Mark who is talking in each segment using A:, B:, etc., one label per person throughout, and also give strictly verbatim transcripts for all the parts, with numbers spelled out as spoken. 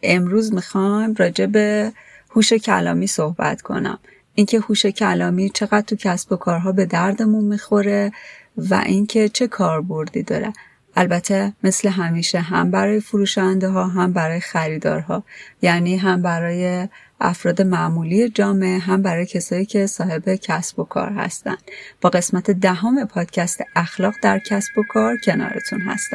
A: امروز میخوام راجع به هوش کلامی صحبت کنم. اینکه هوش کلامی چقدر تو کسب و کارها به دردمون میخوره و اینکه چه کاربردی داره. البته مثل همیشه هم برای فروشنده ها هم برای خریدارها، یعنی هم برای افراد معمولی جامعه هم برای کسایی که صاحب کسب و کار هستن. با قسمت دهم پادکست اخلاق در کسب و کار کنارتون هستم.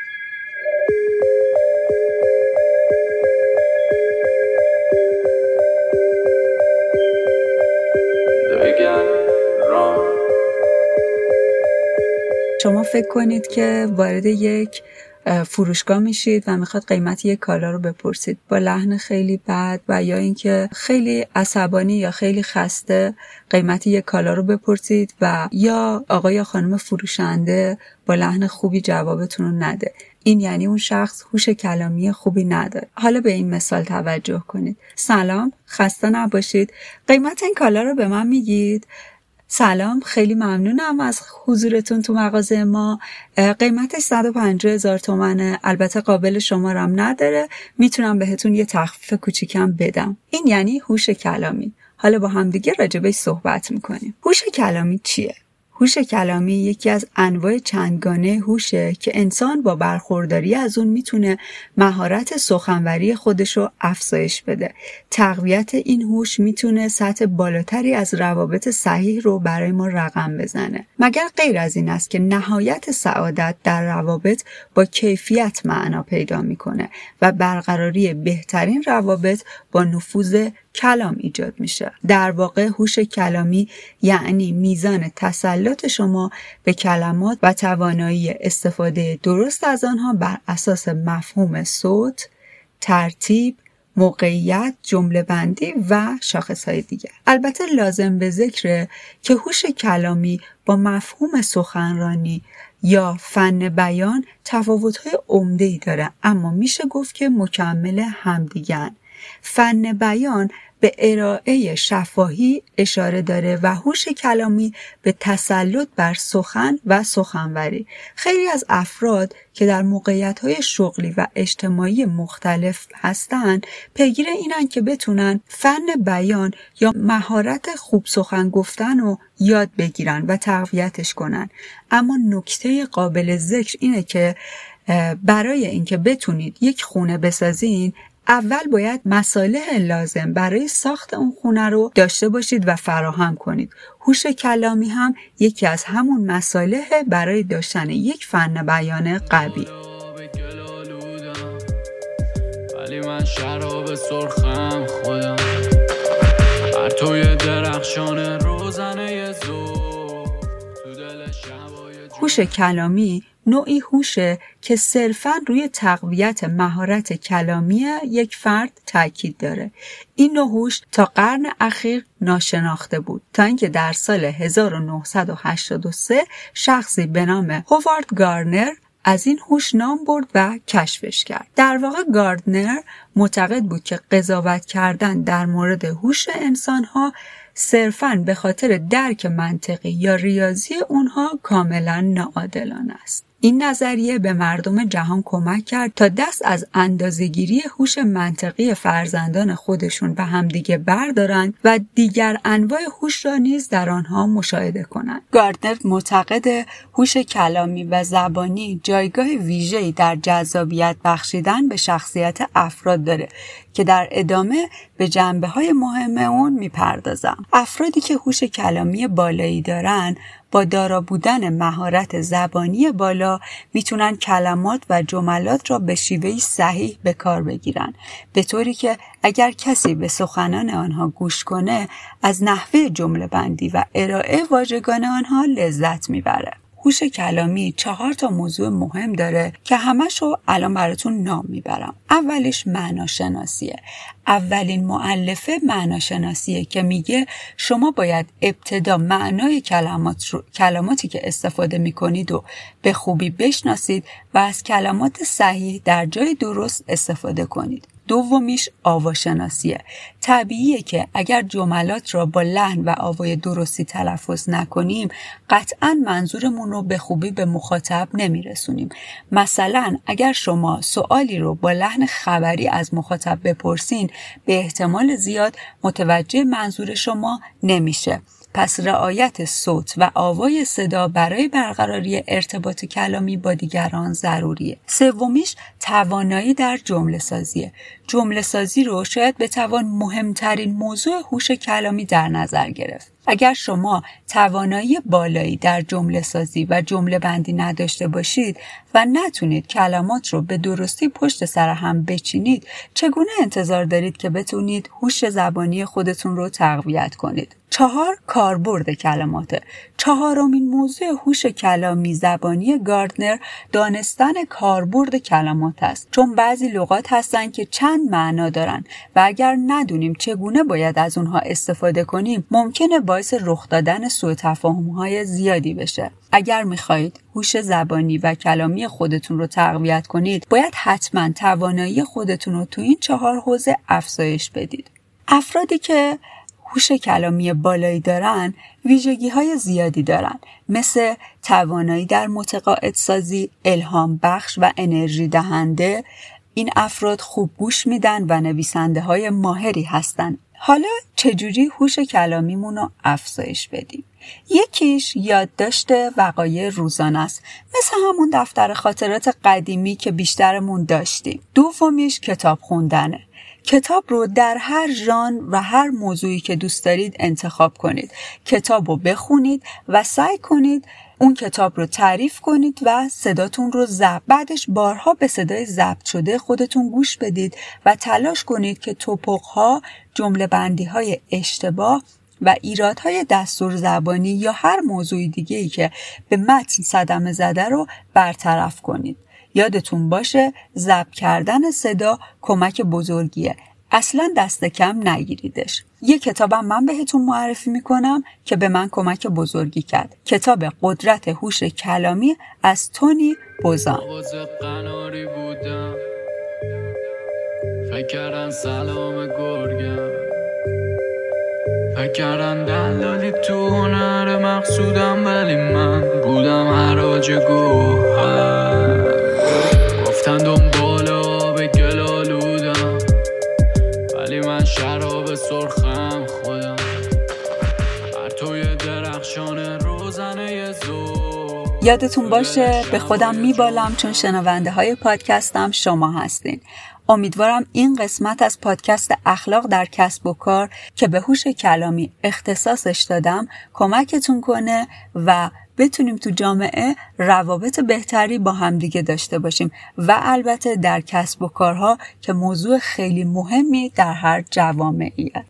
A: شما فکر کنید که وارد یک فروشگاه میشید و میخواد قیمت یک کالا رو بپرسید با لحن خیلی بد و یا اینکه خیلی عصبانی یا خیلی خسته قیمت یک کالا رو بپرسید و یا آقای یا خانم فروشنده با لحن خوبی جوابتون رو نده. این یعنی اون شخص هوش کلامی خوبی نداره. حالا به این مثال توجه کنید. سلام، خسته نباشید. قیمت این کالا رو به من میگید؟ سلام، خیلی ممنونم از حضورتون تو مغازه ما. قیمتش صد و پنجاه هزار تومنه. البته قابل شمارم نداره، میتونم بهتون یه تخفیف کوچیکم بدم. این یعنی هوش کلامی. حالا با هم دیگه راجبش صحبت میکنیم. هوش کلامی چیه؟ هوش کلامی یکی از انواع چندگانه هوشه که انسان با برخورداری از اون میتونه مهارت سخنوری خودش رو افزایش بده. تقویت این هوش میتونه سطح بالاتری از روابط صحیح رو برای ما رقم بزنه. مگر غیر از این است که نهایت سعادت در روابط با کیفیت معنا پیدا میکنه و برقراری بهترین روابط با نفوذ کلام ایجاد میشه. در واقع هوش کلامی یعنی میزان تسلط شما به کلمات و توانایی استفاده درست از آنها بر اساس مفهوم صوت، ترتیب، موقعیت، جمله بندی و شاخصهای دیگر. البته لازم به ذکره که هوش کلامی با مفهوم سخنرانی یا فن بیان تفاوت‌های عمده‌ای داره، اما میشه گفت که مکمل همدیگن. فن بیان به ارائه شفاهی اشاره داره و هوش کلامی به تسلط بر سخن و سخنوری. خیلی از افراد که در موقعیت‌های شغلی و اجتماعی مختلف هستند پیگیر اینن که بتونن فن بیان یا مهارت خوب سخن گفتن رو یاد بگیرن و تقویتش کنن. اما نکته قابل ذکر اینه که برای اینکه بتونید یک خونه بسازین اول باید مصالح لازم برای ساخت اون خونه رو داشته باشید و فراهم کنید. هوش کلامی هم یکی از همون مصالح برای داشتن یک فن بیان قوی. ولی من شراب سرخم خودم بر توی درخشان روزنه زور تو دل شبای. هوش کلامی نوعی هوشه که صرفاً روی تقویت مهارت کلامی یک فرد تاکید داره. این نوع هوش تا قرن اخیر ناشناخته بود تا اینکه در سال هزار و نهصد و هشتاد و سه شخصی به نام هوارد گاردنر از این هوش نام برد و کشفش کرد. در واقع گاردنر معتقد بود که قضاوت کردن در مورد هوش انسان‌ها صرفاً به خاطر درک منطقی یا ریاضی اونها کاملاً ناعادلانه است. این نظریه به مردم جهان کمک کرد تا دست از اندازه‌گیری هوش منطقی فرزندان خودشون به همدیگه بردارند و دیگر انواع هوش را نیز در آنها مشاهده کنند. گاردنر معتقد هوش کلامی و زبانی جایگاه ویژه‌ای در جذابیت بخشیدن به شخصیت افراد داره که در ادامه به جنبه‌های مهم اون میپردازم. افرادی که هوش کلامی بالایی دارن با دارا بودن مهارت زبانی بالا میتونن کلمات و جملات را به شیوهی صحیح به کار بگیرن، به طوری که اگر کسی به سخنان آنها گوش کنه از نحوه جمله بندی و ارائه واژگان آنها لذت میبره. هوش کلامی چهار تا موضوع مهم داره که همشو الان براتون نام میبرم. اولیش معناشناسیه. اولین مؤلفه معناشناسیه که میگه شما باید ابتدا معنای کلمات رو، کلماتی که استفاده میکنید و به خوبی بشناسید و از کلمات صحیح در جای درست استفاده کنید. دومیش آواشناسیه. طبیعیه که اگر جملات را با لحن و آوای درستی تلفظ نکنیم قطعاً منظورمون رو به خوبی به مخاطب نمیرسونیم. مثلا اگر شما سوالی رو با لحن خبری از مخاطب بپرسین به احتمال زیاد متوجه منظور شما نمیشه. پس رعایت صوت و آوای صدا برای برقراری ارتباط کلامی با دیگران ضروریه. سومیش توانایی در جمله سازیه. جمله سازی رو شاید بتوان مهمترین موضوع هوش کلامی در نظر گرفت. اگر شما توانایی بالایی در جمله سازی و جمله بندی نداشته باشید و نتونید کلمات رو به درستی پشت سر هم بچینید، چگونه انتظار دارید که بتونید هوش زبانی خودتون رو تقویت کنید؟ چهار، کاربرد کلماته. چهارمین موضوع هوش کلامی زبانی گاردنر دانستن کاربرد کلمات است. چون بعضی لغات هستن که چند معنا دارن و اگر ندونیم چگونه باید از اونها استفاده کنیم ممکنه باعث رخ دادن سوء تفاهم‌های زیادی بشه. اگر میخواهید هوش زبانی و کلامی خودتون رو تقویت کنید باید حتما توانایی خودتون رو تو این چهار حوزه افزایش بدید. افرادی که هوش کلامی بالایی دارن ویژگی‌های زیادی دارن، مثل توانایی در متقاعد سازی، الهام بخش و انرژی دهنده. این افراد خوب گوش میدن و نویسنده های ماهری هستن. حالا چجوری هوش کلامیمون رو افزایش بدیم؟ یکیش یادداشت وقایع روزانه است، مثل همون دفتر خاطرات قدیمی که بیشترمون داشتیم. دومیش کتاب خوندنه. کتاب رو در هر ژانر و هر موضوعی که دوست دارید انتخاب کنید. کتاب رو بخونید و سعی کنید اون کتاب رو تعریف کنید و صداتون رو ضبط. بعدش بارها به صدای ضبط شده خودتون گوش بدید و تلاش کنید که توپق‌ها، جمله بندی‌های اشتباه و ایرادهای دستور زبانی یا هر موضوع دیگه‌ای که به متن صدمه زده رو برطرف کنید. یادتون باشه ضبط کردن صدا کمک بزرگیه. اصلا دست کم نگیریدش. یه کتابم من بهتون معرفی میکنم که به من کمک بزرگی کرد. کتاب قدرت هوش کلامی از تونی بوزان.
B: فکرن سلام گرگم، فکرن دلالی تو هنر مقصودم، ولی من بودم حراج گوهر. گفتن دنبال آب گلالودم، ولی من شراب سرخم خودم. بر توی درخشان روزنه زور.
A: یادتون باشه به خودم میبالم چون شنونده های پادکستم شما هستین. امیدوارم این قسمت از پادکست اخلاق در کسب و کار که به هوش کلامی اختصاصش دادم کمکتون کنه و بتونیم تو جامعه روابط بهتری با همدیگه داشته باشیم و البته در کسب و کارها که موضوع خیلی مهمی در هر جوامعیه.